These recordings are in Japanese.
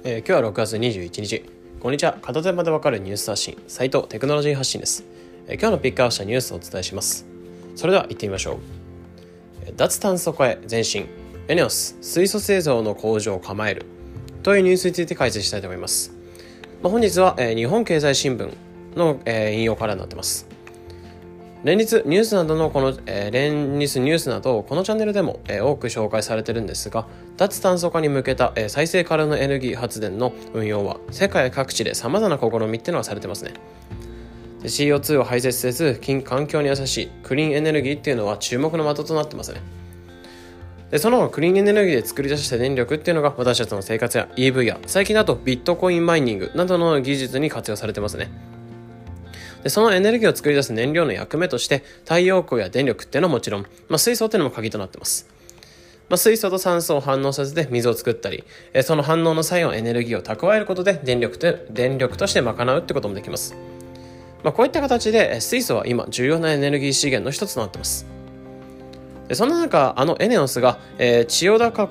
今日は6月21日。こんにちは。片手間でわかるニュース発信、サイトテクノロジー発信です。今日のピックアップしたニュースをお伝えします。それでは行ってみましょう。脱炭素化へ前進、エネオス水素製造の工場を構えるというニュースについて解説したいと思います。本日は日本経済新聞の引用からになっています。連日ニュースなどこのチャンネルでも多く紹介されているんですが、脱炭素化に向けた再生可能なエネルギー発電の運用は世界各地で様々な試みっていうのがされてますね。CO2 を排泄せず環境に優しいクリーンエネルギーっていうのは注目の的となってますね。でそのクリーンエネルギーで作り出した電力っていうのが私たちの生活や EV や最近だとビットコインマイニングなどの技術に活用されてますね。でそのエネルギーを作り出す燃料の役目として太陽光や電力っていうのはもちろん、水素っていうのも鍵となってます。水素と酸素を反応させて水を作ったり、その反応の際のエネルギーを蓄えることで電力として賄うってこともできます。こういった形で水素は今重要なエネルギー資源の一つとなっています。でそんな中エネオスが、千代田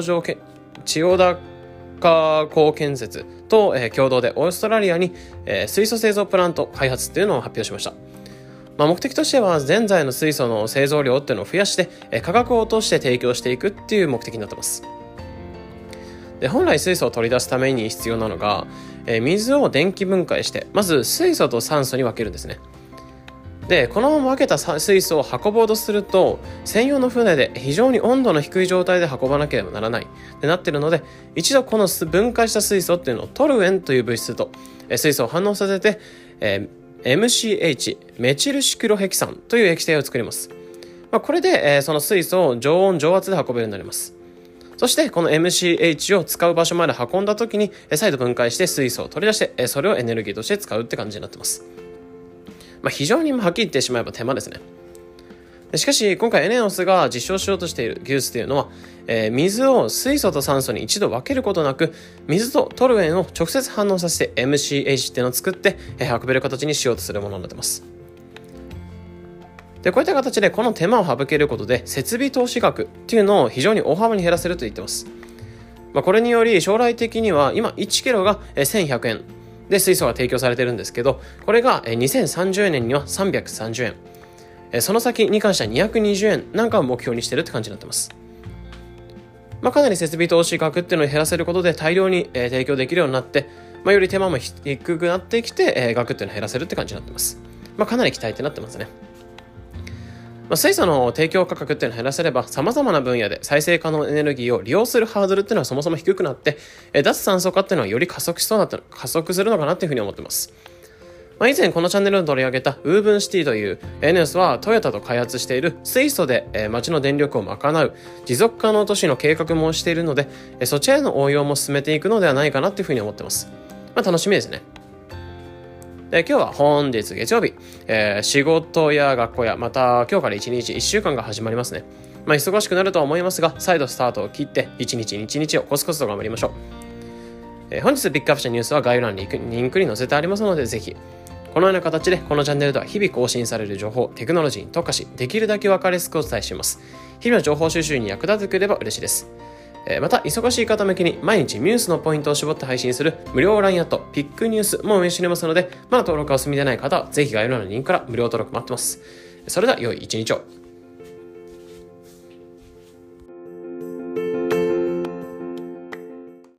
港建設と、共同でオーストラリアに、水素製造プラント開発っていうのを発表しました。目的としては現在の水素の製造量っていうのを増やして、価格を落として提供していくっていう目的になってます。で本来水素を取り出すために必要なのが、水を電気分解してまず水素と酸素に分けるんですね。でこのまま分けた水素を運ぼうとすると専用の船で非常に温度の低い状態で運ばなければならないってなっているので、一度この分解した水素っていうのをトルエンという物質と水素を反応させて、MCH メチルシクロヘキサンという液体を作ります。これで、その水素を常温常圧で運べるようになります。そしてこの MCH を使う場所まで運んだ時に再度分解して水素を取り出してそれをエネルギーとして使うって感じになってます。非常にはっきり言ってしまえば手間ですね。しかし今回エネオスが実証しようとしている技術というのは、水を水素と酸素に一度分けることなく水とトルエンを直接反応させて MCH っていうのを作って運べる形にしようとするものになっています。でこういった形でこの手間を省けることで設備投資額っていうのを非常に大幅に減らせると言っています。これにより将来的には今1キロが1100円で水素が提供されているんですけど、これが2030年には330円、その先に関しては220円なんかを目標にしているって感じになってます。かなり設備投資額っていうのを減らせることで大量に提供できるようになって、より手間も低くなってきて額っていうのを減らせるって感じになってます。かなり期待ってなってますね。水素の提供価格っていうのを減らせれば様々な分野で再生可能エネルギーを利用するハードルっていうのはそもそも低くなって脱炭素化っていうのはより加速するのかなっていうふうに思ってます。以前このチャンネルで取り上げたウーブンシティというエネオスはトヨタと開発している水素で街の電力を賄う持続可能都市の計画もしているのでそちらへの応用も進めていくのではないかなっていうふうに思ってます。楽しみですね。今日は本日月曜日、仕事や学校やまた今日から1週間が始まりますね。忙しくなるとは思いますが再度スタートを切って一日をコツコツと頑張りましょう。本日ピックアップしたニュースは概要欄にリンクに載せてありますのでぜひ。このような形でこのチャンネルでは日々更新される情報テクノロジーに特化しできるだけ分かりやすくお伝えしています。日々の情報収集に役立ててくれれば嬉しいです。また忙しい方向けに毎日ニュースのポイントを絞って配信する無料 LINE アットピックニュースも運営しておりますのでまだ登録がお済みでない方はぜひ概要欄のリンクから無料登録待ってます。それでは良い一日を。